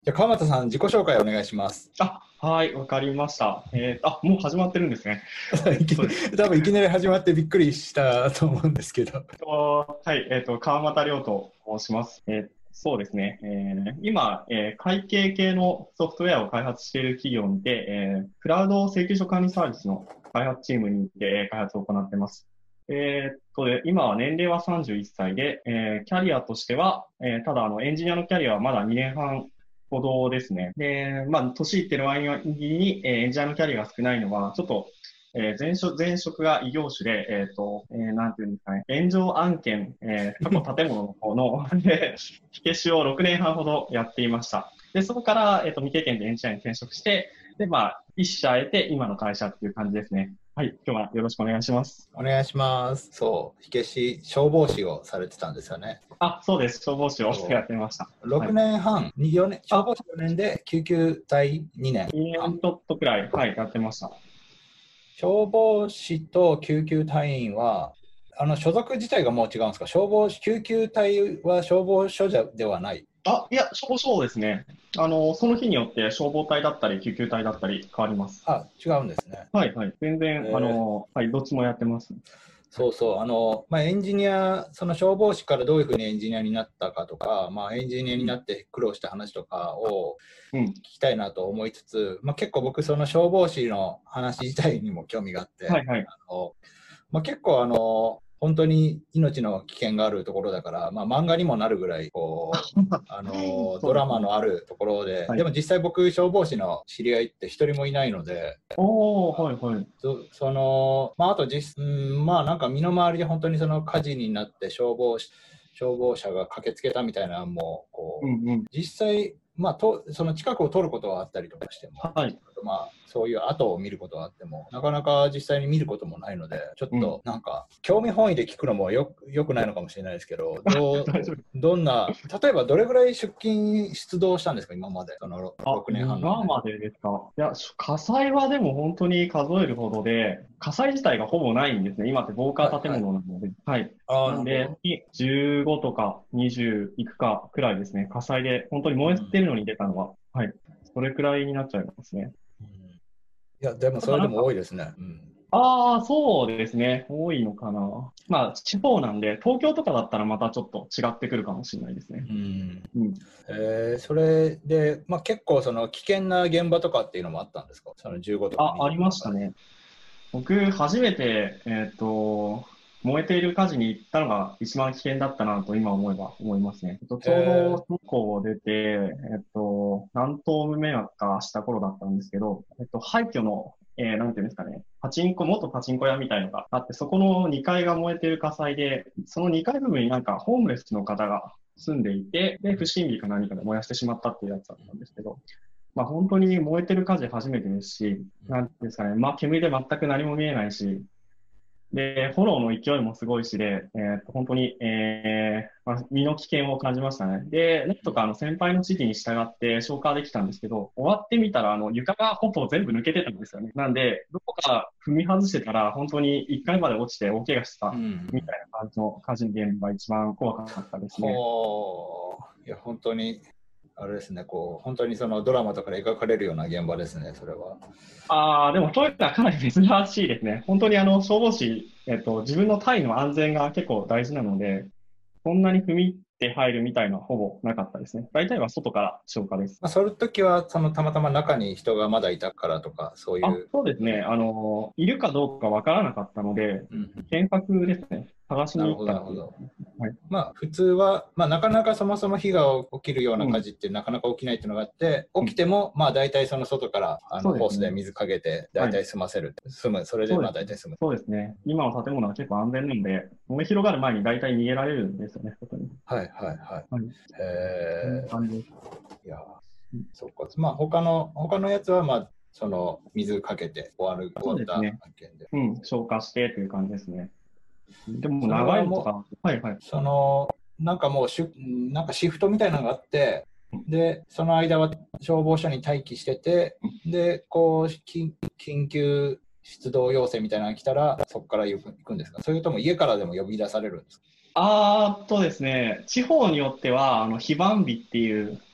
じゃあ、川俣さん、自己紹介お願いします。 はい、わかりました。もう始まってるんですね。 いきそうです。 多分いきなり始まってびっくりしたと思うんですけど。 はい、川又亮と申します。そうですね。今、会計系のソフトウェアを開発している企業にて、クラウド請求書管理サービスの開発チームにいて、開発を行っています。今は年齢は31歳で、キャリアとしては、ただエンジニアのキャリアはまだ2年半ほどですね。で、年いってる割に、エンジニアのキャリアが少ないのは、ちょっと、前職が異業種で、なんていうんですかね、炎上案件、過去建物の方の火消しを6年半ほどやっていました。で、そこから、未経験でエンジニアに転職して、で、一社得て今の会社っていう感じですね。はい、今日はよろしくお願いします。 お願いします。そう、火消し、消防士をされてたんですよね。 そうです。消防士をやそってました。 う、6 はい。 年半、4年、消防士4年で救急隊2年半。 2年ちょっとくらい、はい、やってました。 消防士と救急隊員は、所属自体がもう違うんですか？救急隊は消防署ではない。 いや、消防署ですね。その日によって消防隊だったり、救急隊だったり変わります。 あ、違うんですね。 はい、はい。全然、 えはい、どっちもやってます。 そうそう、エンジニア、その消防士からどういうふうにエンジニアになったかとか、エンジニアにうん、 なって苦労した話とかをうん。 聞きたいなと思いつつ、結構僕、その消防士の話自体にも興味があって、 はい、はい。 結構本当に命の危険があるところだから、漫画にもなるぐらいドラマそうですね。 のあるところで、 はい。 でも実際僕、消防士の知り合いって一人もいないので、 はい、はい。 あとなんか身の回りで本当にその火事になって消防車が駆けつけたみたいなのも、 うん、うん。 実際、その近くを通ることはあったりとかしても、 はい。 そういう後を見ることはあっても、なかなか実際に見ることもないので、ちょっうん。 となんか、興味本位で聞くのもよくないのかもしれないですけど、 大丈夫。 どんな、例えばどれぐらい出動したんですか、今まで、その6年半の間。 今までですか。いや、火災はでも本当に数えるほどで、火災自体がほぼないんですね。今って防火建はいはい。 物なので。はい。 ああ、 なんで、 なるほど。 15とか20いくかくらいですね。火災で本当に燃えてるのに出たのは。はい。それくらいになっちゃいますね。 うん、いや、でもそれでただなんか、 も多いですね。うん。 そうですね。多いのかな。地方なんで、東京とかだったらまたちょっと違ってくるかもしれないですね。 うん、 うん。 それで、結構その危険な現場とかっていうのもあったんですか？その15とかあり 20の中で。 ましたね。僕、初めて、燃えている火事に行ったのが一番危険だったなと今思えば思いますね。ちょうどへそこを出て、何棟目かした頃だったんですけど、廃墟の、なんていうんですかね、元パチンコ屋みたいのがあって、そこの2階が燃えている火災で、その2階部分になんかホームレスの方が住んでいて、で、不審火か何かで燃やしてしまったっていうやつだったんですけど、本当に燃えてる火事初めてですし、なんていうんですかね、煙で全く何も見えないし、で、炎の勢いもすごいしで、本当に、身の危険を感じましたね。で、なんとか先輩の指示に従って消火できたんですけど、終わってみたら床がほぼ全部抜けてたんですよね。なんで、どこか踏み外してたら本当に1階まで落ちて大怪我しうたみん。 たいな感じの火事の現場が一番怖かったですね。 いや、本当に、あれですね、本当にそのドラマとかで描かれるような現場ですね、それは。 でもそういうのはかなり珍しいですね。本当に消防士、自分の隊の安全が結構大事なので、そんなに踏み入って入るみたいなのはほぼなかったですね。大体は外から消火です。 その時は、たまたま中に人がまだいたからとか、そういうそうですね。 ことで。 いるかどうかわからなかったので、 うん。 検索ですね。探しになるほど、 行ったっていう。 なるほど。 はい。 普通は、なかなかそもそも火が起きるようなうん。 火事ってなかなか起きないっていうのがあって、 うん。 起きても、大体その外からホースでそうですね。 水かけて、大はい。 体済ませる。それでそうですね。 大体済む。 そうですね。今の建物は結構安全なので、燃え広がる前に大体逃げられるんですよね、外に。 はいはいはい。 はい。こんな感じです。 いや、 うん。 そっか。他のやつは、その水かけて終わったそうですね。 案件で。 うん、消化してという感じですね。でもそれはも長いのとか、はいはい。 その、なんかもうなんかシフトみたいなのがあって、で、その間は消防署に待機してて、で、緊急出動要請みたいなのが来たら、そこから行くんですか？それとも家からでも呼び出されるんですか？ ですね、地方によっては、非番日っていう、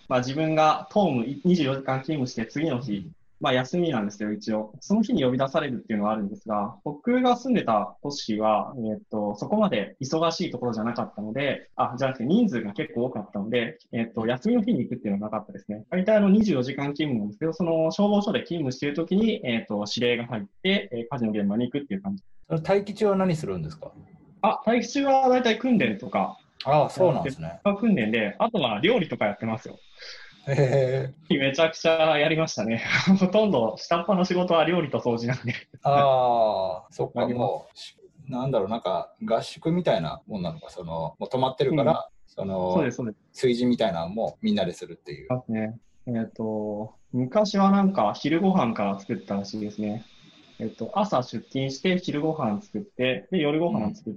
まあ自分が当務24時間勤務して次の日、まあ休みなんですよ、一応。その日に呼び出されるっていうのはあるんですが、僕が住んでた都市は、そこまで忙しいところじゃなかったので、じゃなくて人数が結構多かったので、休みの日に行くっていうのはなかったですね。大体24時間勤務なんですけど、その消防署で勤務しているときに、指令が入って、火事の現場に行くっていう感じ。 待機中は何するんですか？ 待機中は大体訓練とか、 そうなんですね。 訓練で、あとは料理とかやってますよ。 へえ。 めちゃくちゃやりましたね。ほとんど下っ端の仕事は料理と掃除なんで。 そっか、もう、なんだろう、なんか合宿みたいなもんなのか、もう泊まってるから、 そうです、そうです。 炊事みたいなのもみんなでするっていう。 ね。昔はなんか昼ご飯から作ったらしいですね。朝出勤して昼ご飯作って、で、夜ご飯作って、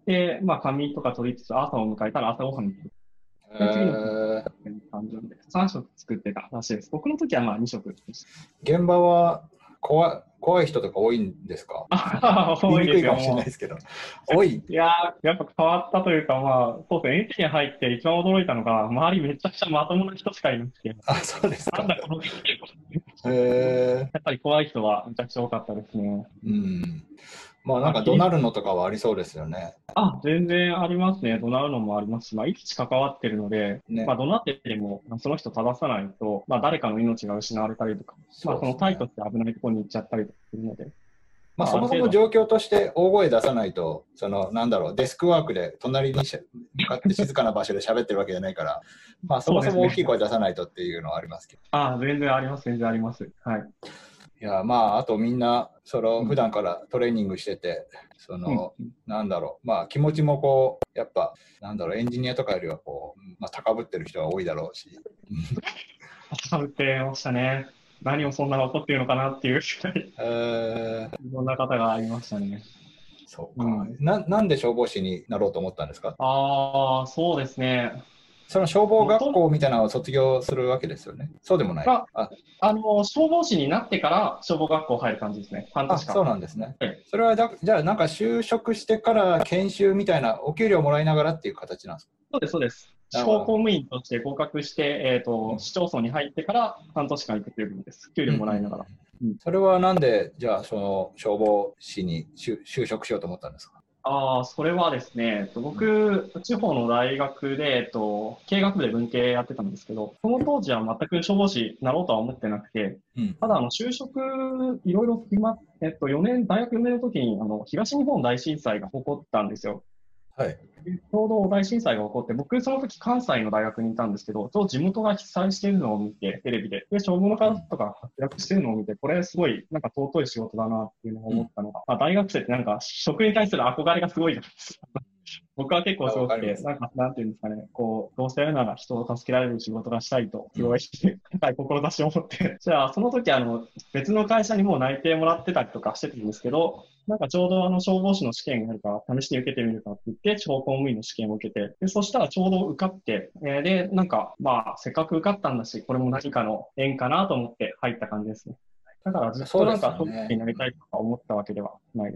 で、まあ、仮眠とか取りつつ朝を迎えたら朝ご飯作って、で、次の日感じで3食作ってたらしいです。僕の時はまあ2食でした。 現場は怖い人とか多いんですか？ 多いですよ。 言いにくいかもしれないですけど。多い。 いやー、やっぱ変わったというか、まあ、そうですね、エンジン入って一番驚いたのが、周りめちゃくちゃまともな人しかいなくて、 そうですか。 なんだこの人ってことへえ。 やっぱり怖い人はめちゃくちゃ多かったですね。 まあなんか怒鳴るのとかはありそうですよね。 全然ありますね。怒鳴るのもありますし、まあ、いくつ関わってるので、 ね。 まあ、怒鳴ってても、その人正さないと、まあ、誰かの命が失われたりとか、まあ、その態度って危ないところに行っちゃったりとかするので。 まあ、そもそも状況として大声出さないと、なんだろう、デスクワークで隣に向かって静かな場所で喋ってるわけじゃないから、まあ、そもそも大きい声出さないとっていうのはありますけど。 全然あります、全然あります。はい。 いや、まあ、あとみんな、普段からトレーニングしてて、なんだろう、まあ、気持ちもこう、やっぱ、なんだろう、エンジニアとかよりはこう、まあ、高ぶってる人が多いだろうし。 高ぶってましたね。何をそんな怒っているのかなっていう、いろんな方がいましたね。 そうか。なんで消防士になろうと思ったんですか？ そうですね。 その消防学校みたいなのを卒業するわけですよね。そうでもない。 消防士になってから消防学校入る感じですね。半年間。 そうなんですね。それはじゃあなんか就職してから研修みたいなお給料もらいながらっていう形なんですか？ そうです、そうです。地方公務員として合格して、市町村に入ってから半年間行くということです。給料もらいながら。 それはなんで、じゃあその消防士に就職しようと思ったんですか？ それはですね、僕、地方の大学で、経営学部で文系やってたんですけど、その当時は全く消防士になろうとは思ってなくて、ただ、就職、いろいろ決まって、大学4年の時に、東日本大震災が起こったんですよ。 はい。 ちょうど大震災が起こって、僕、その時関西の大学にいたんですけど、ちょうど地元が被災しているのを見て、テレビで、消防の方とか活躍しているのを見て、これすごいなんか尊い仕事だなっていうのを思ったのが、大学生ってなんか職に対する憧れがすごいじゃないですか。僕は結構すごくて、なんていうんですかね、こう、どうせやるなら人を助けられる仕事がしたいと、すごい高い志を持って、じゃあ、その時別の会社にもう内定もらってたりとかしてたんですけど、なんかちょうど消防士の試験があるから試しに受けてみるかって言って、地方公務員の試験を受けて、で、そしたらちょうど受かって、で、なんか、まあ、せっかく受かったんだし、これも何かの縁かなと思って入った感じですね。だからずっとなんか、そうになりたいとか思ったわけではないです。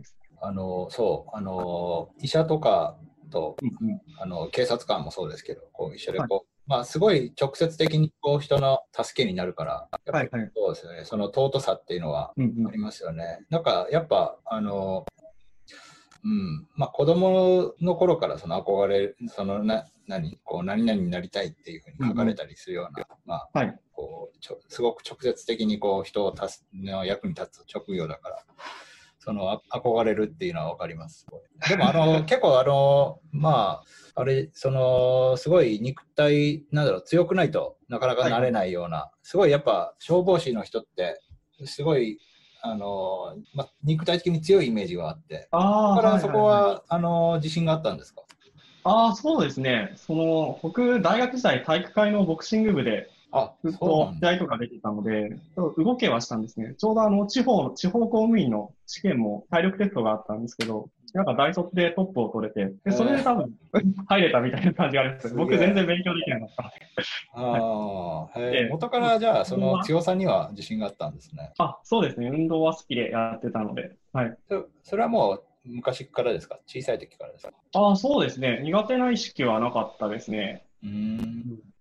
医者とかと、警察官もそうですけど、こう一緒でまあ、すごい直接的にこう人の助けになるから、やっぱりそうですよね、その尊さっていうのはありますよね。なんかやっぱ、まあ、子供の頃からその憧れ、何々になりたいっていうふうに書かれたりするような、まあ、こうすごく直接的にこう人の役に立つ職業だから。憧れるっていうのは分かります。でも結構まあすごい肉体強くないとなかなかなれないような、すごいやっぱ消防士の人ってすごい肉体的に強いイメージがあって、だからそこは自信があったんですか？ そうですね。僕大学時代体育会のボクシング部でずっと試合とか出てたので、動けはしたんですね。ちょうど地方公務員の試験も体力テストがあったんですけど、なんか大卒でトップを取れて、でそれで多分入れたみたいな感じがあります。僕全然勉強できなかったので。元からじゃあその強さには自信があったんですね。 そうですね。運動は好きでやってたので。はい。 それはもう昔からですか？小さい時からですか？ そうですね。苦手な意識はなかったですね。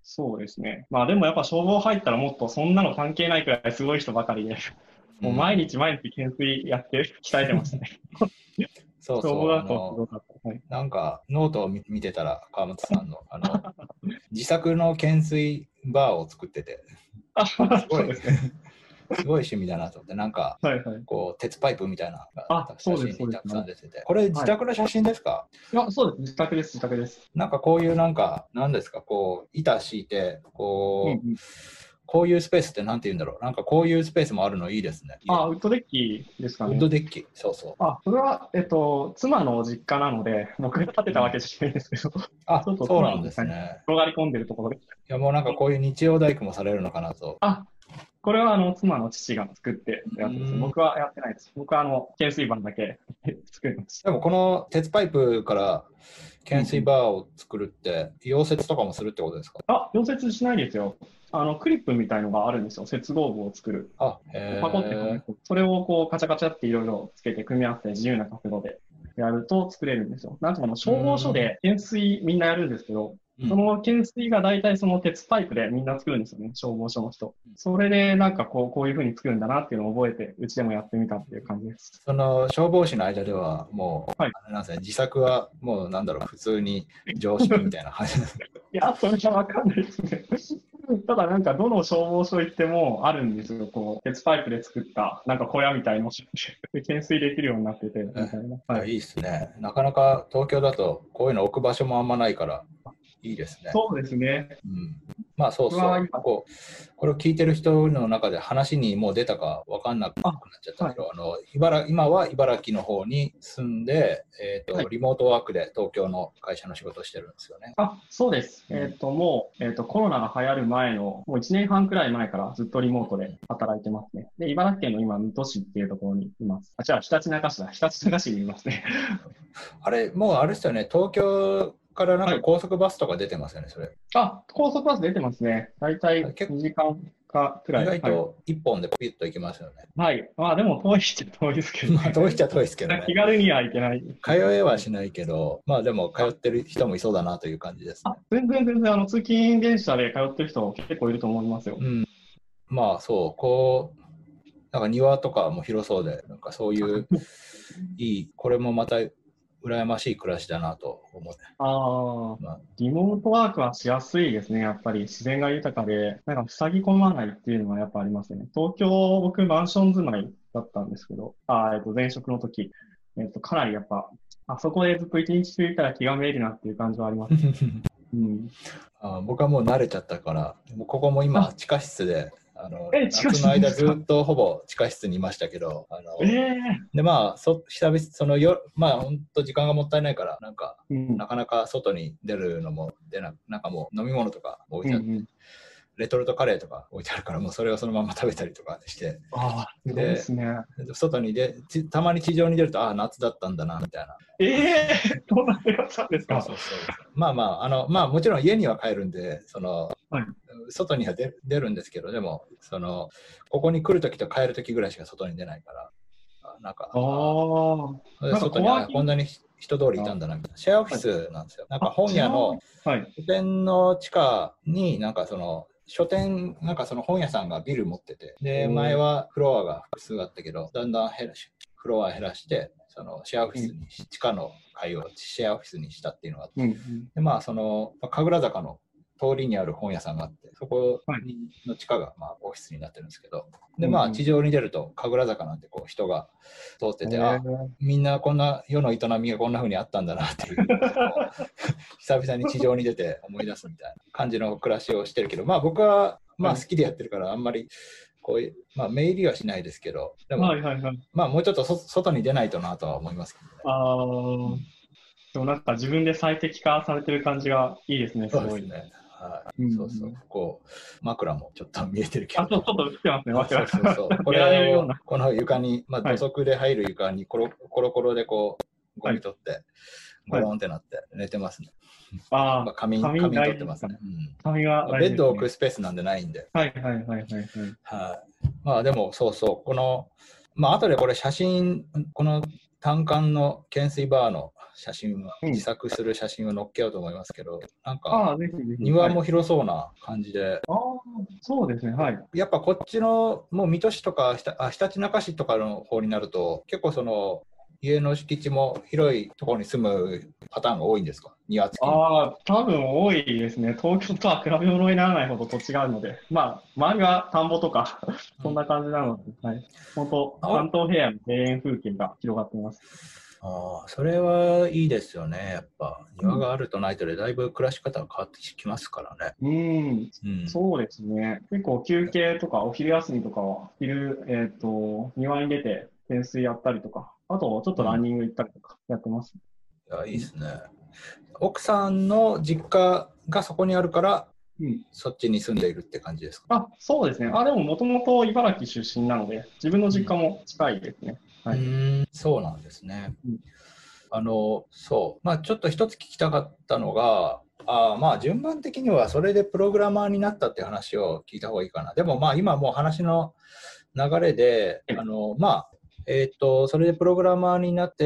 そうですね。まあでもやっぱ消防入ったらもっとそんなの関係ないくらいすごい人ばかりで、もう毎日毎日懸垂やって鍛えてましたね。 そうそう、 消防学校すごかった。はい。 なんかノートを見てたら、川本さんの自作の懸垂バーを作ってて、 あ、 すごい、 そうですね。 すごい趣味だなと思って、なんか、 はいはい。 こう、鉄パイプみたいなのがあ、 写そうです、そうです。 真にたくさん出てて、これ自宅の写真ですか？ いや、そうです。自宅です、自宅です。 なんかこういうなんか、なんですか、こう、板敷いて、こう、 うんうん。 こういうスペースってなんて言うんだろう。なんかこういうスペースもあるのいいですね。 あ、ウッドデッキですかウッね。 ドデッキ、そうそあ、それは、妻の実家なので、僕が建てう。うん、 たわけじゃないんですけど、ちあ、 ょっとそうなん妻の実家にですね。 転がり込んでるところで。 いやもうなんかこういう日曜大工もされるのかなと。 あ、これは妻の父が作ってうるやつです。 ーん。 僕はやってないです。僕は懸垂板だけ作りました。 でもこの鉄パイプから懸垂バーを作るって溶接とかもするってことですか？ あ、溶接しないですよ。クリップみたいのがあるんですよ。接合部を作る。 あ、 パコってはめ込む。それをこうカチャカチャっていろいろつけて組み合わせて自由な角度でやると作れるんですよ。なんとかの消防署で懸垂みんなやるんですけど、 うん、 その懸垂が大体その鉄パイプでみんな作るんですよね。消防署の人。それでなんかこういう風に作るんだなっていうのを覚えて、うちでもやってみたっていう感じです。 その消防士の間ではもう、 はい。 あれなんですね、自作はもうなんだろう、普通に常識みたいな感じです。 いや、それはわかんないですね。ただなんかどの消防署行ってもあるんですよ。こう、鉄パイプで作ったなんか小屋みたいので懸垂できるようになってて、みたいな。はい。 いいですね。なかなか東京だとこういうの置く場所もあんまないからいいですね。 そうですね。 うん、まあそう僕はそうこれを聞いてる人の中で話にもう出たか分かんなくなっちゃったけど、今は茨城の方に住んで、 はい、 リモートワークで東京の会社の仕事をしてるんですよね。 あ、そうです。もう、コロナが流行る前の、もう1年半くらい前からずっとリモートで働いてますね。で、茨城県の今、水戸市っていうところにいます。あ、違う、ひたちなか市だ。ひたちなか市にいますね。 あれ、もうあれですよね、東京からなんはい。 か高速バスとか出てますよね、それ。 あ、高速バス出てますね。だいたい結構 2時間かくらい。 意外はい。 と一本でピュッと行きますよね。 はい。まあ、でも遠いっちゃ遠いですけどまあ遠いっちね。 ゃ遠いですけどね。 気軽には行けない。 通えはしないけど、まあでも通ってる人もいそうだなという感じですね。 全然、通勤電車で通ってる人結構いると思いますよ。 うん。まあそう、こう、なんか庭とかも広そうで、なんかそういうこれもまた羨ましい暮らしだなと思って。 ああ、 まあ、 リモートワークはしやすいですね。やっぱり自然が豊かで、なんか塞ぎ込まないっていうのはやっぱありますね。東京、僕マンション住まいだったんですけど、前職の時、かなりやっぱ、あそこでずっと一日中いたら気がめいるなっていう感じはあります。うん。 僕はもう慣れちゃったから、もうここも今あ、 地下室で、 近夏の間しいですか？ ずっとほぼ地下室にいましたけど、 ええでまあ久々まあ本当時間がもったいないからなんかうん。 なかなか外に出るのもなんかもう飲み物とか置いてあって、 うんうん。 レトルトカレーとか置いてあるからもうそれをそのまま食べたりとかして、 ああ、すごいでですね。 外にたまに地上に出ると夏だったんだなみたいな。 ええどんな出方ですか？ そうそうそう。まあまあまあもちろん家には帰るんではい。 外には出るんですけど、でもここに来るときと帰るときぐらいしか外に出ないから、なんか、 ああ、なんか外にコワーキング、 こんなに人通りいあ、 たんだなみたいな。シェアオフィはい。 スなんですよ。なんかあ、 本屋のはい。 書店の地下になんか書店、なんかその本屋さんがビル持ってて、で、前おー、 はフロアが複数あったけど、だんだんフロア減らして、シェアオフィスに、地下の階をシェアオフィスにしたっていうのがあって、 うん、うん。 で、まあ、神楽坂の通りにある本屋さんがあって、そこはい。 の地下がまあオフィスになってるんですけど、で、 うん、 まあ、 うん。 地上に出ると、神楽坂なんてこう人が通ってて、 えみんなこんな世の営みがこんな風にあったんだなっていう久々に地上に出て思い出すみたいな感じの暮らしをしてるけど、まあ僕はまあ好きでやってるからあんまりこういう、まあ目入りはしないですけど、でもはいはいはい。 まあもうちょっと外に出ないとなとは思いますけどね。 ああ、 うん、 でもなんか自分で最適化されてる感じがいいですね、すごい。 そうですね。はい。 うん、うそうそう。 ん。 こう、枕もちょっと見えてるけあ、 ど。 ちょっと映ってますね、 そう枕が。 そうそう。こやられを、 れるような。 この床に、まあ土はい。 足で入る床にコロコロでこう、ゴはい。 ミ取って、ゴはい。 ロンってなって寝てますね。まあああ、髪仮眠大取ってますね。 事ですかね。 うん。 髪がまあ、ベッドを置く大事ですね。 スペースなんでないんで。 はいはいはいはいはい。 はい。まあでも、そうそう。まあ後でこれ写真、この単管の懸垂バーの写真は、 うん。 自作する写真を載っけようと思いますけど、なんかああ、ぜひぜひ。 庭もはい。 広そうな感じで、 ああ、そうですね。はい。 やっぱこっちのもう水戸市とかひたちなか市とかの方になると、結構その家の敷地も広いところに住むパターンが多いんですか、庭付きの。 ああ、多分多いですね。東京とは比べ物にならないほど土地があるので、まあ、周りは田んぼとかうん、 そんな感じなので、はい。本当、関あ東平野の庭園風景が広がっています。 それはいいですよね。やっぱうん。 庭があるとないとでだいぶ暮らし方が変わってきますからね。 うーん、 うん。 そうですね。結構休憩とかお昼休みとかは、庭に出て懸垂やったりとか、あとちょっとランうん。 ニング行ったりとかやってます。 いや、いいですね。奥さんの実家がそこにあるから、 うん。 そっちに住んでいるって感じですか。 あ、そうですね。あ、でももともと茨城出身なので、自分のうん。 実家も近いですね。はい。 そうなんですね。 うん。 そう。まあ、ちょっと一つ聞きたかったのが、まあ、順番的にはそれでプログラマーになったって話を聞いた方がいいかな。でも、まあ、今もう話の流れで、まあ、それでプログラマーになって、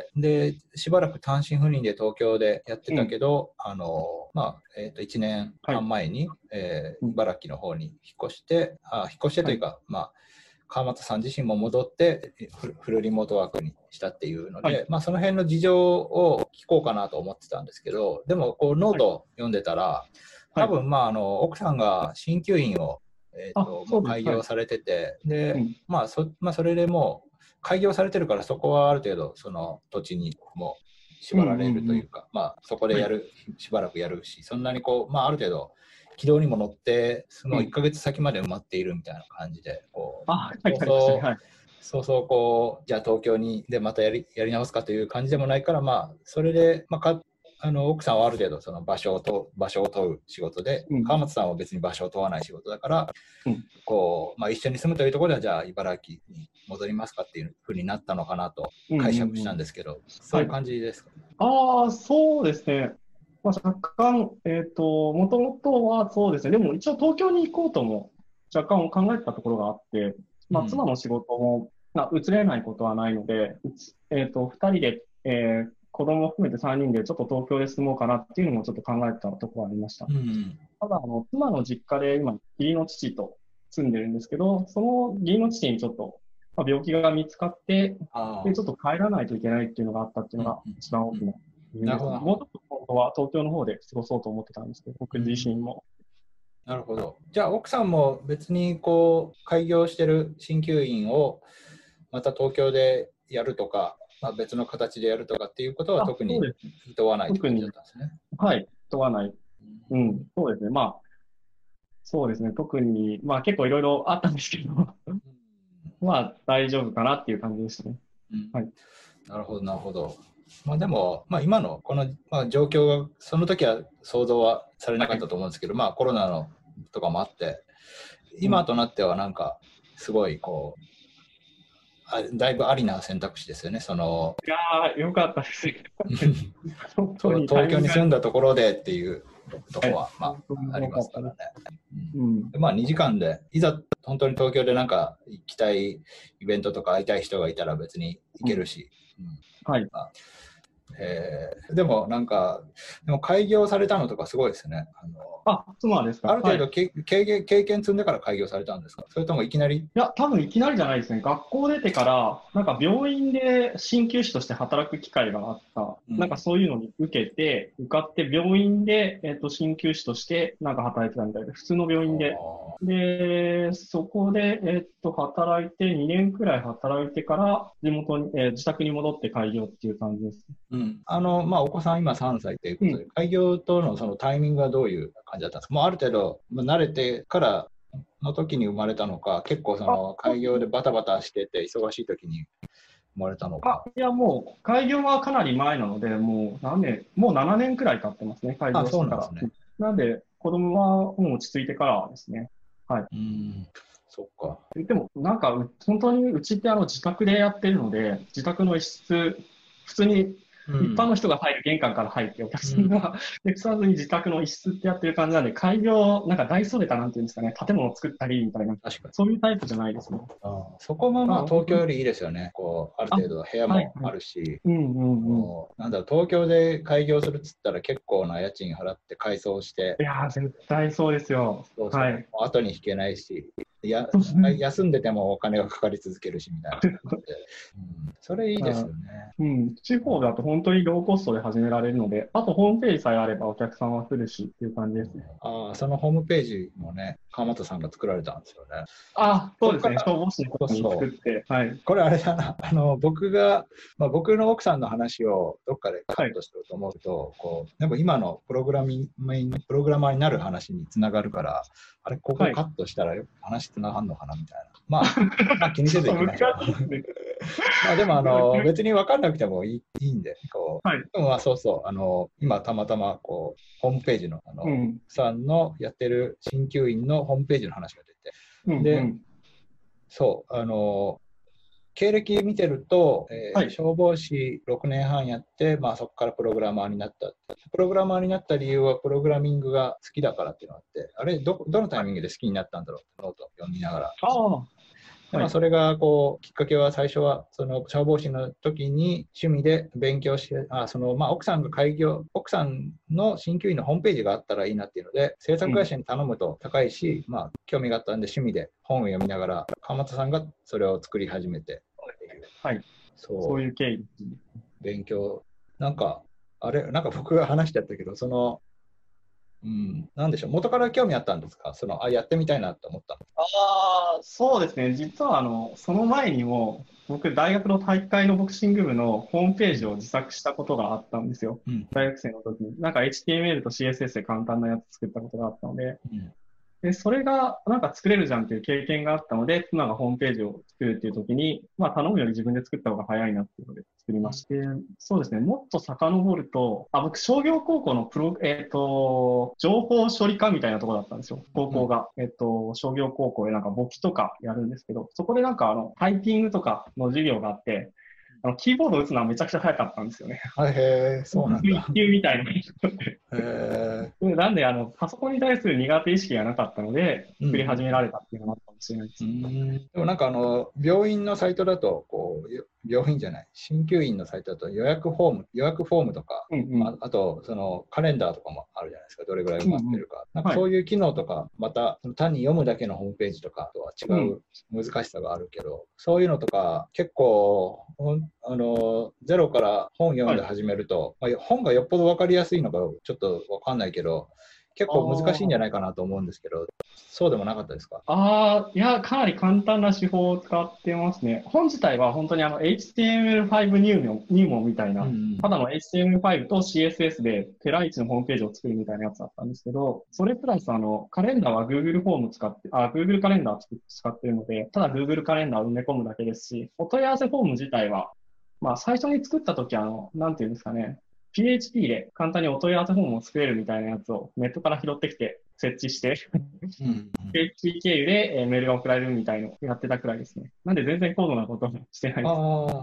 で、しばらく単身赴任で東京でやってうん。 たけど、まあ、1年はい。 半前に、 うん。 茨城の方に引っ越して、引っ越してとはい。 いうか、まあ、川俣さん自身も戻ってフルリモートワークにしたっていうのはい。 で、まあ、その辺の事情を聞こうかなと思ってたんですけど、でもこうノーはい。 ト読んでたら、 はい。 多分まあ奥さんが鍼灸院を、 あ、 もうそうです。はい。 開業されてて、で、 うん。 まあまあ、それでもう開業されてるから、そこはある程度その土地にもうん。 縛られるうん。うん。 というか、まあ、そこではい。 しばらくやるし、そんなにこう、まあ、ある程度軌道にも乗って、その1 うん。 ヶ月先まで埋まっているみたいな感じで、こあ、 う、 書いてありますね。はい。 そうそうこう、じゃあ東京にでまたやり直すかという感じでもないから、まあ、それで、まあ、奥さんはある程度その場所を問う仕事で、 うん。 川松さんは別に場所を問わない仕事だから、 うん。 こう、まあ、一緒に住むというところでは、じゃあ茨城に戻りますかっていうふうになったのかなとうん。 解釈しうん。うん。 たんですけど、そういうはい。 感じですか。 ああ、そうですね。まあ、若干、もともとはそうですね。でも一応東京に行こうとも若干考えてたところがあって、まあ、妻うん。 の仕事も、移れないことはないので、二人で、子供を含めて三人でちょっと東京で住もうかなっていうのもちょっと考えてたところがありました。 うん。 ただ、妻の実家で今、義理の父と住んでるんですけど、その義理の父にちょっと、まあ、病気が見つかって、で、ちょっああ。 と帰らないといけないっていうのがあったっていうのがうんうん一番うんうん。 大きな理由なるほど、 ですね。 なるほど。 もうちょっと本当は東京の方で過ごそうと思ってたんですけど、僕自うん。 身も。 なるほど。じゃあ、奥さんも別にこう、開業してる鍼灸院をまた東京でやるとか、まあ、別の形でやるとかっていうことはあ、 特にそうです。 厭わないって感じだっ特に、 たんですね。 はい、問わない。 うん。 うん、そうですね。まあ、そうですね。特に、まあ結構いろいろあったんですけど、まあ大丈夫かなっていう感じでしたね。 うん。 はい。 なるほど、なるほど。まあでも、まあ今のこの、まあ、状況が、その時は想像はされなかったはい。 と思うんですけど、まあコロナのとかもあって、 うん。 今となってはなんか、すごいこう、だいぶありな選択肢ですよね。その、 いやー、よかったですね。本当にタ東京にイミングが、 住んだところでっていうところはい。 は、ま本当にあ、ありよかったです。 ますからね。 うん。 でまあ2時間で、いざ本当に東京でなんか行きたいイベントとか会いたい人がいたら別に行うん。 けるし、 はい。 まあでもなんか、でも開業されたのとかすごいですね。 あ、妻ですか。 ある程はい。 度経験積んでから開業されたんですか、それともいきなり。 いや、多分いきなりじゃないですね。学校出てから、なんか病院で鍼灸師として働く機会があった。なんかうん。 そういうのに受けて、受かって病院で、鍼灸師としてなんか働いてたみたいで、普通の病院で。で、そこで、働いて、2年くらい働いてから、地元に、自宅に戻って開業っていう感じです。 うん。まあ、お子さん今3歳といううん。 ことで、開業とのそのタイミングはどういう感じだったんですか。もうある程度、まあ慣れてからの時に生まれたのか、結構そあ、 の開業でバタバタしてて忙しい時に生まれたのあ、 か。 いや、もう、開業はかなり前なので、もう何年、もう7年くらい経ってますね、開あ、 業してから。 そうなんですね。 なんで、子供はもう落ち着いてからですね。はい。 うん。そっか。 でも、なんか、本当にうちって自宅でやってるので、自宅の一室、普通に一般の人が入る玄関から入って、お客さんがレクサーズに自宅の一室ってやってる感じなんで、開業、なんか大それたなんていうんですかね、建物を作ったりみたいな、 確かに。 そういうタイプじゃないですね。 そこもまあ東京よりいいですよね。こう、ある程度部屋もあるし、なんだろう、東京で開業するっつったら結構な家賃払って改装して、 いやー、絶対そうですよ。 そうそう、 はい。 後に引けないし、休んでてもお金がかかり続けるしみたいな感じで、それいいですよね。 地方だと本当にローコストで始められるので、あとホームページさえあればお客さんは来るしっていう感じですね。 そのホームページもね、川本さんが作られたんですよね。 そうですね、消防士のことに作って、はい。 これあれだな、僕の奥さんの話をどっかでカットしてると思うと、こう、でも今のプログラマーになる話につながるから、あれ、ここカットしたら話つながるのかなみたいな。まあ気にせずいきましょう。まあでも別に分かんなくてもいいんで、こう、でもまあそうそう、今たまたまこうホームページのさんのやってる鍼灸院のホームページの話が出て、で、そう、経歴見てると、消防士6年半やって、まあ、そこからプログラマーになった。プログラマーになった理由は、プログラミングが好きだからっていうのがあって、あれどのタイミングで好きになったんだろうってノートを読みながら。まあ、それがこうきっかけは最初はその消防士の時に趣味で勉強して奥さんの鍼灸院のホームページがあったらいいなっていうので制作会社に頼むと高いし、まあ、興味があったんで趣味で本を読みながら川本さんがそれを作り始めて、 そういう経緯ですね。 勉強なんか僕が話しちゃったけどなんでしょう、元から興味あったんですか？やってみたいなと思った。 そうですね、実はその前にも、僕、大学の体育会のボクシング部のホームページを自作したことがあったんですよ。大学生の時に。なんか HTML と CSS で簡単なやつ作ったことがあったので、で、それがなんか作れるじゃんっていう経験があったので、妻がホームページを作るっていう時に、まあ頼むより自分で作った方が早いなっていうので作りまして、そうですね、もっと遡ると、僕商業高校の情報処理科みたいなところだったんですよ、高校が。商業高校でなんか簿記とかやるんですけど、そこでなんかタイピングとかの授業があって、キーボードを打つのはめちゃくちゃ早かったんですよね。 そうなんだ。 一級みたいな人で。なんで、パソコンに対する苦手意識がなかったので、作り始められたっていうのがあったかもしれないです。 でもなんか病院のサイトだと、病院じゃない、鍼灸院のサイトだと予約フォームとか、あと、カレンダーとかもあるじゃないですか、どれぐらい埋まってるか。なんかそういう機能とか、また単に読むだけのホームページとかとは違う難しさがあるけど、そういうのとか、結構、ゼロから本読んで始めると、本がよっぽど分かりやすいのかちょっと分かんないけど、結構難しいんじゃないかなと思うんですけど、そうでもなかったですか？ いや、かなり簡単な手法を使ってますね。本自体は本当にHTML5 入門みたいな、ただの HTML5 と CSS でペライチのホームページを作るみたいなやつだったんですけど、それプラスカレンダーは Google フォームGoogle カレンダー使ってるので、ただ Google カレンダーを埋め込むだけですし、お問い合わせフォーム自体は、まあ最初に作った時なんていうんですかね、PHP で簡単にお問い合わせフォームを作れるみたいなやつをネットから拾ってきて設置して、PHP 経由でメールが送られるみたいのをやってたくらいですね。なんで全然高度なことしてないです。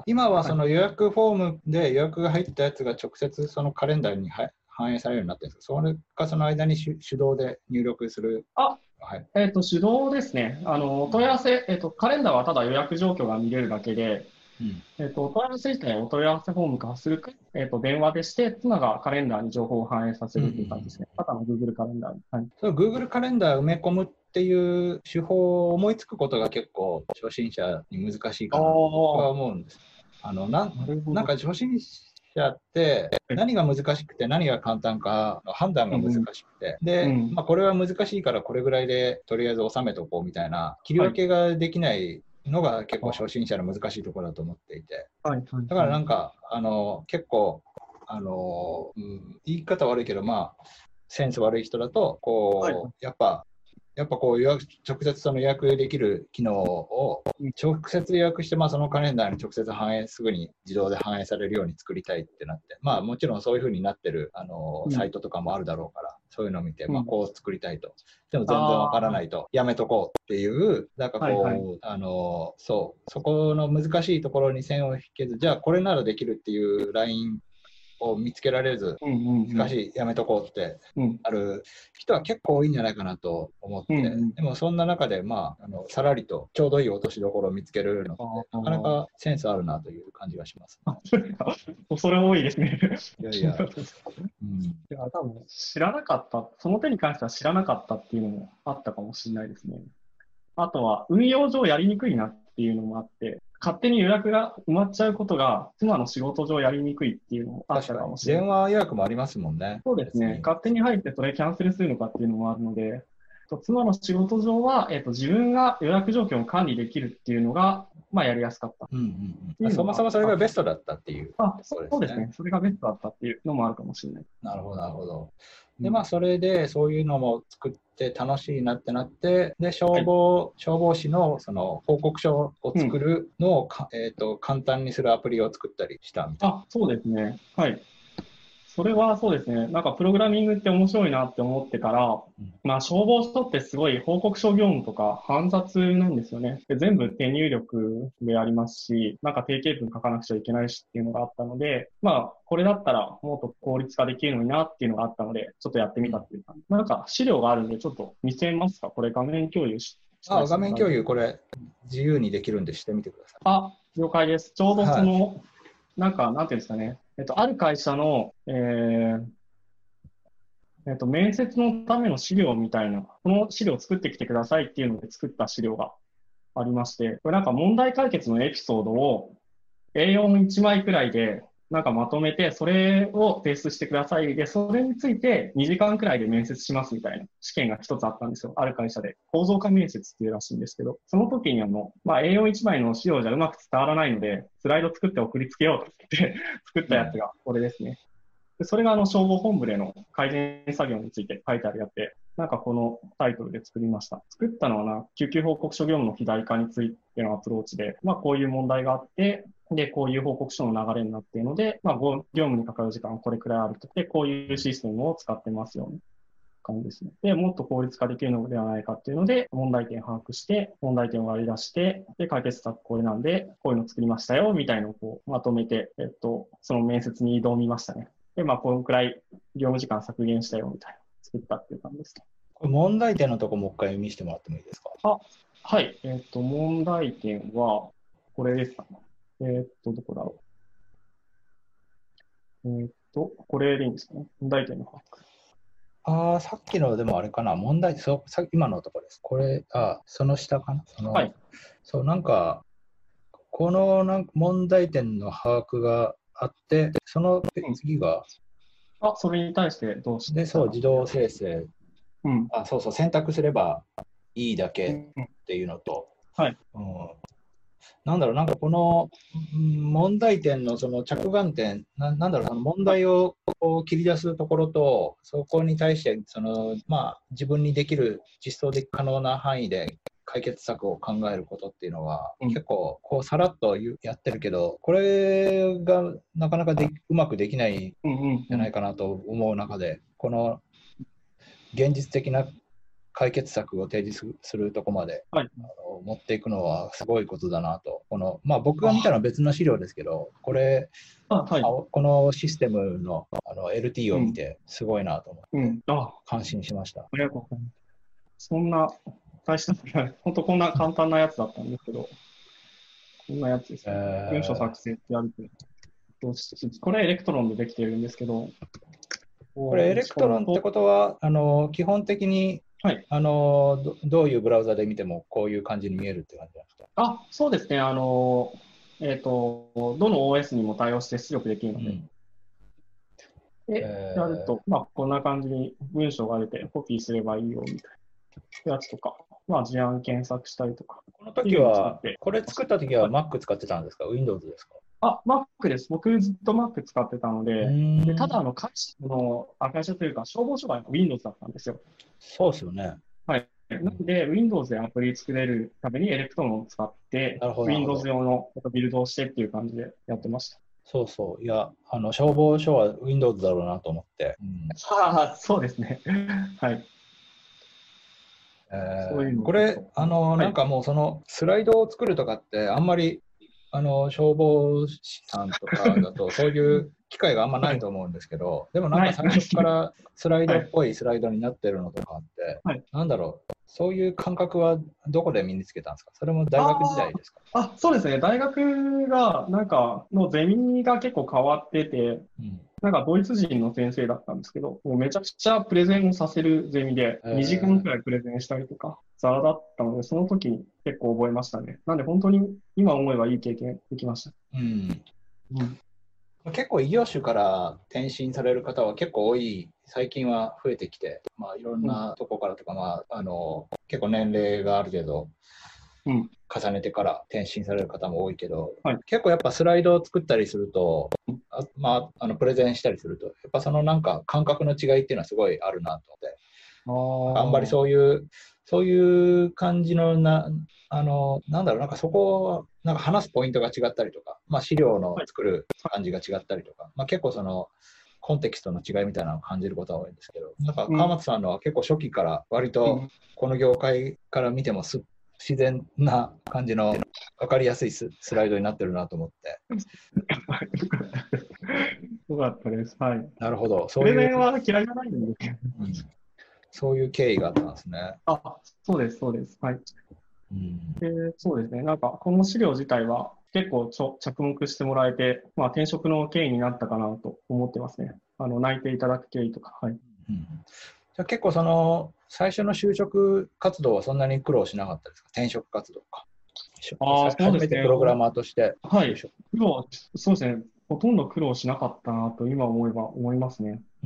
今はその予約フォームで予約が入ったやつが直接そのカレンダーに反映されるようになってるんですか？それかその間に手動で入力する？ 手動ですね。お問い合わせ、カレンダーはただ予約状況が見れるだけで、お問い合わせ自体はお問い合わせフォーム化するか、電話でして、妻がカレンダーに情報を反映させるという感じですね。ただの Google カレンダーに。 その Google カレンダー埋め込むっていう手法を思いつくことが結構初心者に難しいかなとは思うんです。なんか初心者って何が難しくて何が簡単かの判断が難しくて、で、これは難しいからこれぐらいでとりあえず収めとこうみたいな切り分けができないのが結構初心者の難しいところだと思っていて、だからなんか結構言い方悪いけどセンス悪い人だとやっぱこう直接その予約できる機能を直接予約して、そのカレンダーに直接すぐに自動で反映されるように作りたいってなって、もちろんそういう風になってるサイトとかもあるだろうから、そういうのを見て、こう作りたいと。でも全然わからないと、やめとこうっていう、なんかこう、そこの難しいところに線を引けず、じゃあこれならできるっていうラインを見つけられず、しかしやめとこうってある人は結構多いんじゃないかなと思って、でもそんな中で、さらりとちょうどいい落としどころを見つけるのって、なかなかセンスあるなという感じがします。 それ多いですね。 いやいや、 多分知らなかった、その手に関しては知らなかったっていうのもあったかもしれないですね。あとは、運用上やりにくいなっていうのもあって、勝手に予約が埋まっちゃうことが、妻の仕事上やりにくいっていうのもあったかもしれない。 電話予約もありますもんね。 そうですね。勝手に入ってそれキャンセルするのかっていうのもあるので、妻の仕事上は、自分が予約状況を管理できるっていうのが、やりやすかった。 そもそもそれがベストだったっていう。 そうですね。それがベストだったっていうのもあるかもしれない。 なるほど、なるほど。で、それでそういうのも作って楽しいなってなって、で、消防士のその報告書を作るのを簡単にするアプリを作ったりしたみたいな。 そうですね。はい。それはそうですね。なんかプログラミングって面白いなって思ってから、消防署ってすごい報告書業務とか煩雑なんですよね。で全部手入力でありますし、なんか定型文書かなくちゃいけないしっていうのがあったので、これだったらもっと効率化できるのになっていうのがあったので、ちょっとやってみたっていう感じ。なんか資料があるんで、ちょっと見せますか？これ画面共有して。 画面共有これ自由にできるんでしてみてください。了解です。ちょうどその、なんていうんですかね。ある会社の、面接のための資料みたいな、この資料を作ってきてくださいっていうので作った資料がありまして、これなんか問題解決のエピソードを A41 枚くらいでなんかまとめて、それを提出してください。で、それについて2時間くらいで面接しますみたいな試験が一つあったんですよ。ある会社で。構造化面接っていうらしいんですけど、その時にA41 枚の資料じゃうまく伝わらないので、スライド作って送りつけようと言って作ったやつがこれですね。でそれが消防本部での改善作業について書いてあるやつで、なんかこのタイトルで作りました。作ったのは救急報告書業務の肥大化についてのアプローチで、こういう問題があって、で、こういう報告書の流れになっているので、業務にかかる時間はこれくらいあるとで、こういうシステムを使ってますよね。感じですね。で、もっと効率化できるのではないかっていうので、問題点把握して、問題点を割り出して、で、解決策これなんで、こういうの作りましたよ、みたいなのをこうまとめて、その面接に挑みましたね。で、このくらい業務時間削減したよ、みたいな、作ったっていう感じですね。 これ問題点のとこもう一回見せてもらってもいいですか？ はい。問題点は、これですかね。どこだろう。これでいいんですかね。問題点の把握。さっきのでもあれかな、今のところです。これ、その下かな。 はい。 なんか、この問題点の把握があって、その次が、 それに対してどうして？ 自動生成。選択すればいいだけっていうのと、なんかこの問題点のその着眼点、問題を切り出すところと、そこに対して自分にできる、実装で可能な範囲で解決策を考えることっていうのは、結構さらっとやってるけど、これがなかなかうまくできないんじゃないかなと思う中で、この現実的な解決策を提示するとこまで、持っていくのはすごいことだなと。僕が見たのは別の資料ですけど、これ、このシステムのLT を見てすごいなと思って、感心しました。 ありがとうございます。そんな大した本当こんな簡単なやつだったんですけど、こんなやつですね。文章作成ってやると、これエレクトロンでできているんですけど、 これエレクトロンってことは、基本的にどういうブラウザで見てもこういう感じに見えるって感じなんですか？ そうですね。どの OS にも対応して出力できるので。で、やると、こんな感じに文章が出てコピーすればいいよみたいなやつとか、事案検索したりとか。 この時は、これ作った時は Mac 使ってたんですか？ Windows ですか ？Mac です。僕ずっと Mac 使ってたので、ただ会社というか消防署が Windows だったんですよ。 そうですよね。 はい。なので、Windows でアプリ作れるためにエレクトロンを使って、Windows 用のビルドをしてっていう感じでやってました。 そうそう。いや、消防署は Windows だろうなと思って。 そうですね。はい。 これ、なんかもうそのスライドを作るとかって、あんまり消防士さんとかだと、そういう機会があんまないと思うんですけど、でもなんか最初からスライドっぽいスライドになってるのとかって、 はい。 なんだろう、そういう感覚はどこで身につけたんですか？それも大学時代ですか？ そうですね。大学が、なんか、のゼミが結構変わってて、 うん。 なんかドイツ人の先生だったんですけど、もうめちゃくちゃプレゼンをさせるゼミで、2時間くらいプレゼンしたりとか、ザラだったので、その時に結構覚えましたね。なんで本当に今思えばいい経験できました。 うん。 うん。 結構異業種から転身される方は結構多い、最近は増えてきて、まあ、いろんうん。 なとこからとか、まあ、結構年齢がある程度うん。 重ねてから転身される方も多いけど、 はい。 結構やっぱスライドを作ったりすると、まあ、プレゼンしたりすると、やっぱそのなんか感覚の違いっていうのはすごいあるなと思って、あんまりあそういう感じのなんだろう、なんかそこは、なんか話すポイントが違ったりとか、まあ資料あ。はい。 の作る感じが違ったりとか、まあ結構その、コンテキストの違いみたいなのを感じることが多いんですけど、なんかうん。 川松さんのは結構初期から割とうん。 この業界から見ても自然な感じの分かりやすいスライドになってるなと思って。 よかったです。はい。 なるほど。 プレゼンは嫌いじゃないんですけど。 うん、そういう経緯があったんですね。 そうです、そうです。はい。 うん、 そうですね。なんか、この資料自体は結構着目してもらえて、まあ、転職の経緯になったかなと思ってますね。内定いただく経緯とか。はい。 うん、じゃあ結構その最初の就職活動はそんなに苦労しなかったですか？転職活動か。 そうですね。 初めてプログラマーとしてはい。 就職。 そうですね。ほとんど苦労しなかったなと今思えば思いますね。 うん、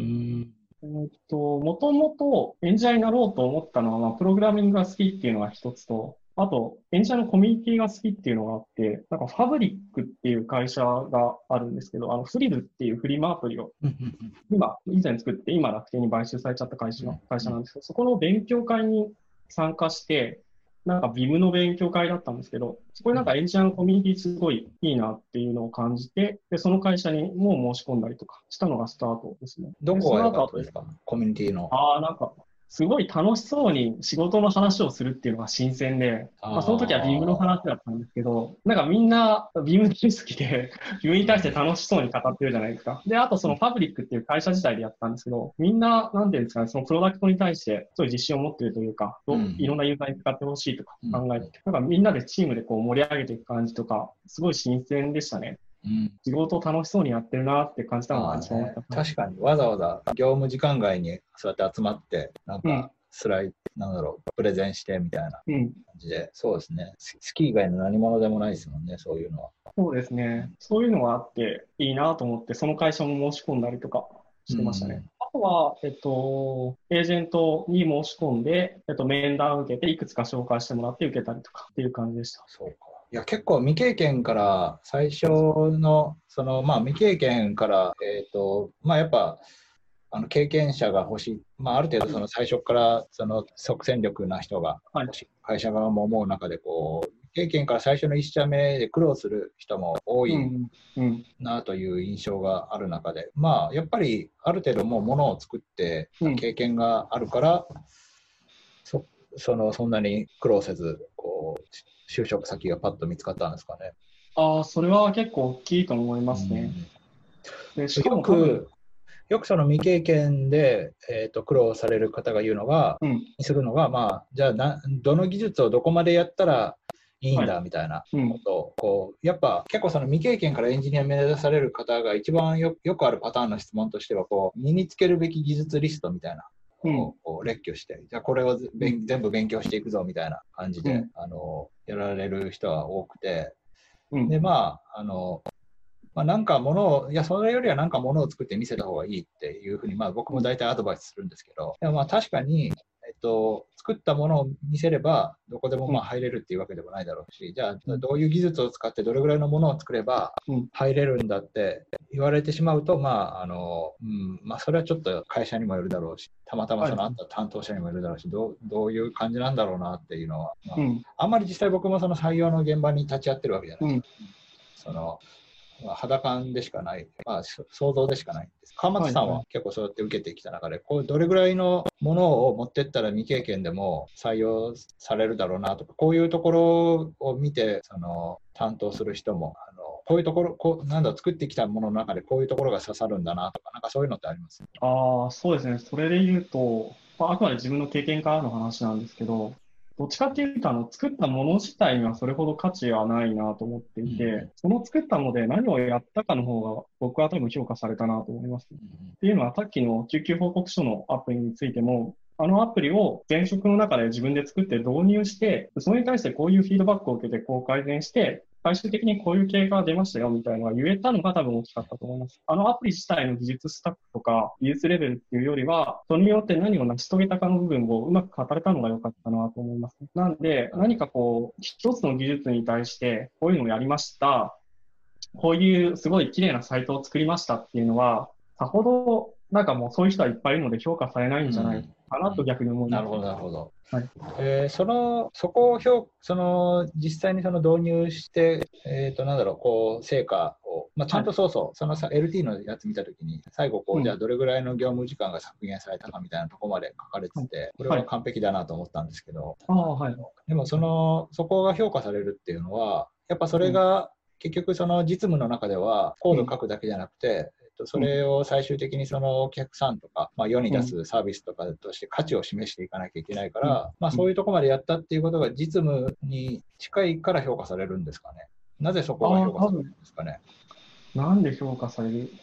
もともとエンジニアになろうと思ったのは、まあ、プログラミングが好きっていうのが一つと、あと、エンジニアのコミュニティが好きっていうのがあって、なんかファブリックっていう会社があるんですけど、フリルっていうフリマアプリを以前作って今楽天に買収されちゃった会社なんですけど、そこの勉強会に参加して、なんか Vim の勉強会だったんですけど、そこでなんかエンジニアのコミュニティすごいいいなっていうのを感じて、で、その会社にもう申し込んだりとかしたのがスタートですね。で、そどこが良かの後、あと、 ったですか？コミュニティの。 なんか、すごい楽しそうに仕事の話をするっていうのが新鮮で、まあ、その時はビームの話だったんですけど、なんかみんなビーム大好きで、ビームに対して楽しそうに語ってるじゃないですか。で、あとそのファブリックっていう会社自体でやったんですけど、みんな、なんていうんですかね、そのプロダクトに対してすごい自信を持っているというか、いろんなユーザーに使ってほしいとか考えて、なんかみんなでチームでこう盛り上げていく感じとか、すごい新鮮でしたね。仕事を楽しそうにやってるなって感じたのが一番大きかった。 確かにわざわざ業務時間外にそうやって集まって、なんかなんだろう、プレゼンしてみたいな感じで、そうですね。スキー以外の何者でもないですもんね、そういうのは。 そうですね。そういうのがあっていいなと思って、その会社も申し込んだりとかしてましたね。あとは、エージェントに申し込んで、面談を受けて、いくつか紹介してもらって受けたりとかっていう感じでした。 そうか。いや、結構未経験から最初の、まあ未経験から、まあやっぱ、経験者が欲しい、まあ、ある程度その最初からその即戦力な人が欲しい、会社側も思う中でこう経験から最初の1社目で苦労する人も多いなという印象がある中で、まあやっぱりある程度もうものを作って経験があるから、そんなに苦労せずこう就職先がパッと見つかったんですかね。 それは結構大きいと思いますね。でしかもよくその未経験で、苦労される方が言うのが、するのが、まあ、じゃあどの技術をどこまでやったらいいんだみたいなことを、こうやっぱ結構その未経験からエンジニア目指される方が一番よくあるパターンの質問としては、こう身につけるべき技術リストみたいなのをこう列挙して、じゃあこれを全部勉強していくぞみたいな感じで、やられる人は多くて、で、まあ、なんかいや、それよりはなんか物を作って見せた方がいいっていうふうに、まあ僕も大体アドバイスするんですけど、でもまあ確かに、作ったものを見せれば、どこでもまあ入れるっていうわけでもないだろうし、じゃあどういう技術を使ってどれぐらいのものを作れば入れるんだって言われてしまうと、まあ、まあそれはちょっと会社にもよるだろうし、たまたまそのあった担当者にもよるだろうし、どういう感じなんだろうなっていうのは、まあ、あんまり実際僕もその採用の現場に立ち会ってるわけじゃないですか。まあ、肌感でしかない、まあ、想像でしかないんです。川松さんは結構そうやって受けてきた中で、こうどれぐらいのものを持ってったら未経験でも採用されるだろうなとか、こういうところを見て、担当する人もこういうところ、なんだろう、作ってきたものの中でこういうところが刺さるんだなとか、なんかそういうのってあります？ ああ、そうですね。それで言うと、あくまで自分の経験からの話なんですけど、どっちかっていうと、作ったもの自体にはそれほど価値はないなと思っていて、その作ったもので何をやったかの方が僕は多分評価されたなと思います。っていうのは、さっきの救急報告書のアプリについても、あのアプリを前職の中で自分で作って導入して、それに対してこういうフィードバックを受けてこう改善して、最終的にこういう経過が出ましたよみたいなのが言えたのが多分大きかったと思います。あのアプリ自体の技術スタックとか技術レベルっていうよりは、それによって何を成し遂げたかの部分をうまく語れたのが良かったなと思います。なんで、何かこう、一つの技術に対してこういうのをやりました。こういうすごい綺麗なサイトを作りましたっていうのは、さほどなんかもうそういう人はいっぱいいるので評価されないんじゃないかなと逆に思います。 なるほど、なるほど。 はい、 そこを実際にその導入して、なんだろう、こう、成果を、まあ、ちゃんとそうそう、そのさ LT のやつ見たときに、最後、こう、じゃあどれぐらいの業務時間が削減されたかみたいなところまで書かれてて、これは完璧だなと思ったんですけど、でもそこが評価されるっていうのは、やっぱそれが、結局その実務の中ではコード書くだけじゃなくて、それを最終的にそのお客さんとか、まあ、世に出すサービスとかとして価値を示していかなきゃいけないから、まあ、そういうところまでやったっていうことが実務に近いから評価されるんですかね。なぜそこが評価されるんですかね。 なんで評価される？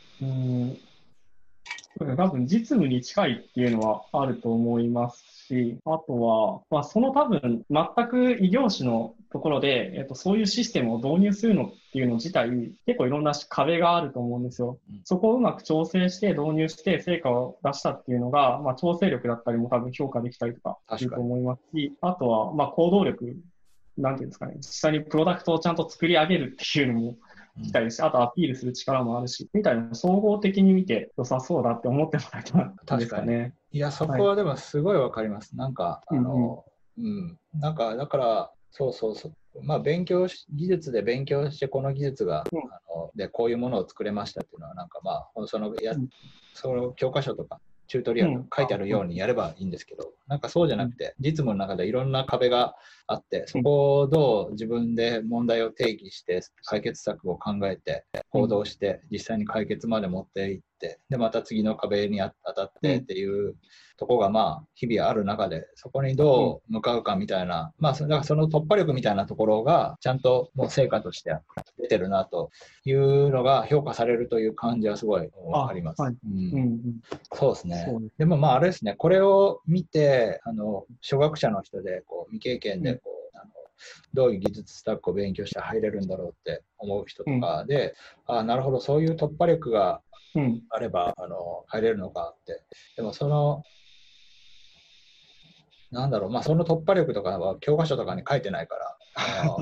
多分実務に近いっていうのはあると思いますし、あとは、まあ、その多分全く異業種のところで、そういうシステムを導入するのっていうの自体、結構いろんな壁があると思うんですよ。そこをうまく調整して導入して成果を出したっていうのが、まあ、調整力だったりも多分評価できたりとかすると思いますし、あとは、まあ、行動力、なんていうんですかね、実際にプロダクトをちゃんと作り上げるっていうのも、きたりし、あとアピールする力もあるし、みたいな総合的に見て良さそうだって思ってもらえたんですかね。 いや、そこはでもすごいわかります。なんか、なんか、だから、そうそうそう。まあ、技術で勉強して、この技術が、で、こういうものを作れましたっていうのは、なんかまあ、その教科書とか、チュートリアル書いてあるようにやればいいんですけど、なんかそうじゃなくて、実務の中でいろんな壁があって、そこをどう自分で問題を定義して、解決策を考えて、行動して、実際に解決まで持っていって、で、また次の壁に当たってっていうところが、まあ、日々ある中で、そこにどう向かうかみたいな、まあ、だからその突破力みたいなところが、ちゃんともう成果として出てるなというのが評価されるという感じはすごいわかります。そうですね。でもまああれですね、これを見て、初学者の人でこう未経験でどういう技術スタックを勉強して入れるんだろうって思う人とかで、なるほど、そういう突破力があれば、入れるのかって。でもなんだろう、まあ、その突破力とかは教科書とかに書いてないから、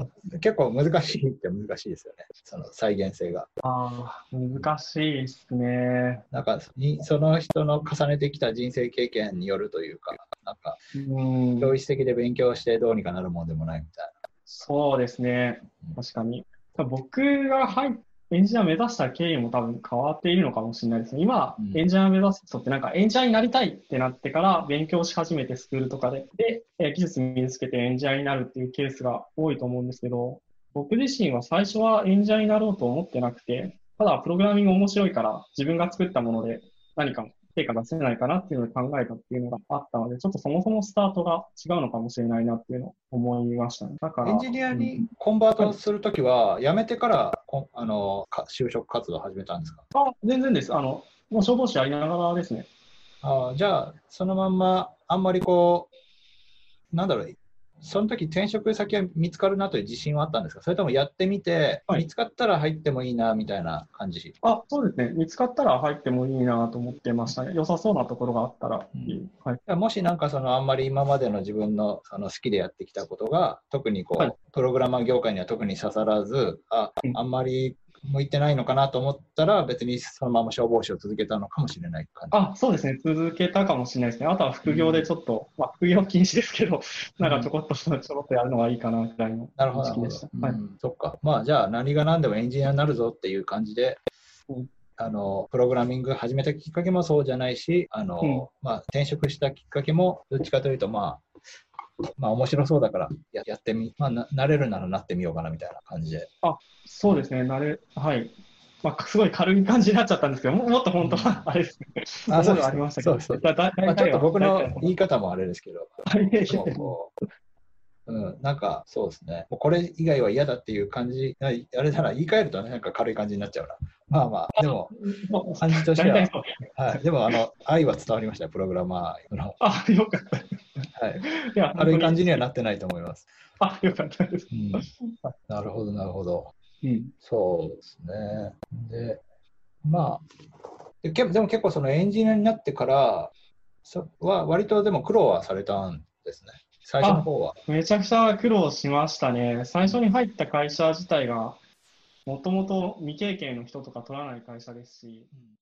結構難しいって難しいですよね、その再現性が。 難しいですね。 なんか、その人の重ねてきた人生経験によるというか、なんか、教育的で勉強してどうにかなるもんでもないみたいな。 そうですね、確かに。僕がエンジニアを目指した経緯も多分変わっているのかもしれないですね。今、エンジニアを目指す人ってなんかエンジニアになりたいってなってから勉強し始めてスクールとかで、技術身につけてエンジニアになるっていうケースが多いと思うんですけど、僕自身は最初はエンジニアになろうと思ってなくて、ただプログラミング面白いから自分が作ったもので何か成果出せないかなっていうのを考えたっていうのがあったので、ちょっとそもそもスタートが違うのかもしれないなっていうのを思いましたね。だからエンジニアにコンバートするときは、辞めてから就職活動を始めたんですか？ 全然です。もう消防士やりながらですね。 じゃあ、そのまんま、あんまりこう、なんだろう、その時転職先は見つかるなという自信はあったんですか？それともやってみて、見つかったら入ってもいいなみたいな感じ？ そうですね。見つかったら入ってもいいなと思ってましたね。良さそうなところがあったらっていう。 もしなんかあんまり今までの自分の好きでやってきたことが、特にプログラマー業界には特に刺さらず、あんまり向いてないのかなと思ったら、別にそのまま消防士を続けたのかもしれない感じ。そうですね。続けたかもしれないですね。あとは副業でちょっと、副業禁止ですけど、なんかちょこっとやるのがいいかなくらいの意識でした。 そっか。まあじゃあ何が何でもエンジニアになるぞっていう感じで、プログラミング始めたきっかけもそうじゃないし、転職したきっかけもどっちかというと、 まあ面白そうだからやってみ、まあなれるならなってみようかなみたいな感じで。 そうですね、はい。まあ、すごい軽い感じになっちゃったんですけど、もっと本当は、あれですね、 そう思いはあですね。 りましたけど、 そうそう。まあちょっと僕の言い方もあれですけど、でもこなんかそうですね。もうこれ以外は嫌だっていう感じ、あれだな、言い換えるとね、なんか軽い感じになっちゃうな。まあまあ、でも、感じとしては、はい。でも、愛は伝わりました、プログラマーの。 よかった。 はい。 いや、 軽い感じにはなってないと思います。 よかったです。 なるほど、なるほど。 うん、 そうですね。で、まあ、でも結構そのエンジニアになってから割とでも苦労はされたんですね。最初の方は。 めちゃくちゃ苦労しましたね。最初に入った会社自体が、もともと未経験の人とか取らない会社ですし、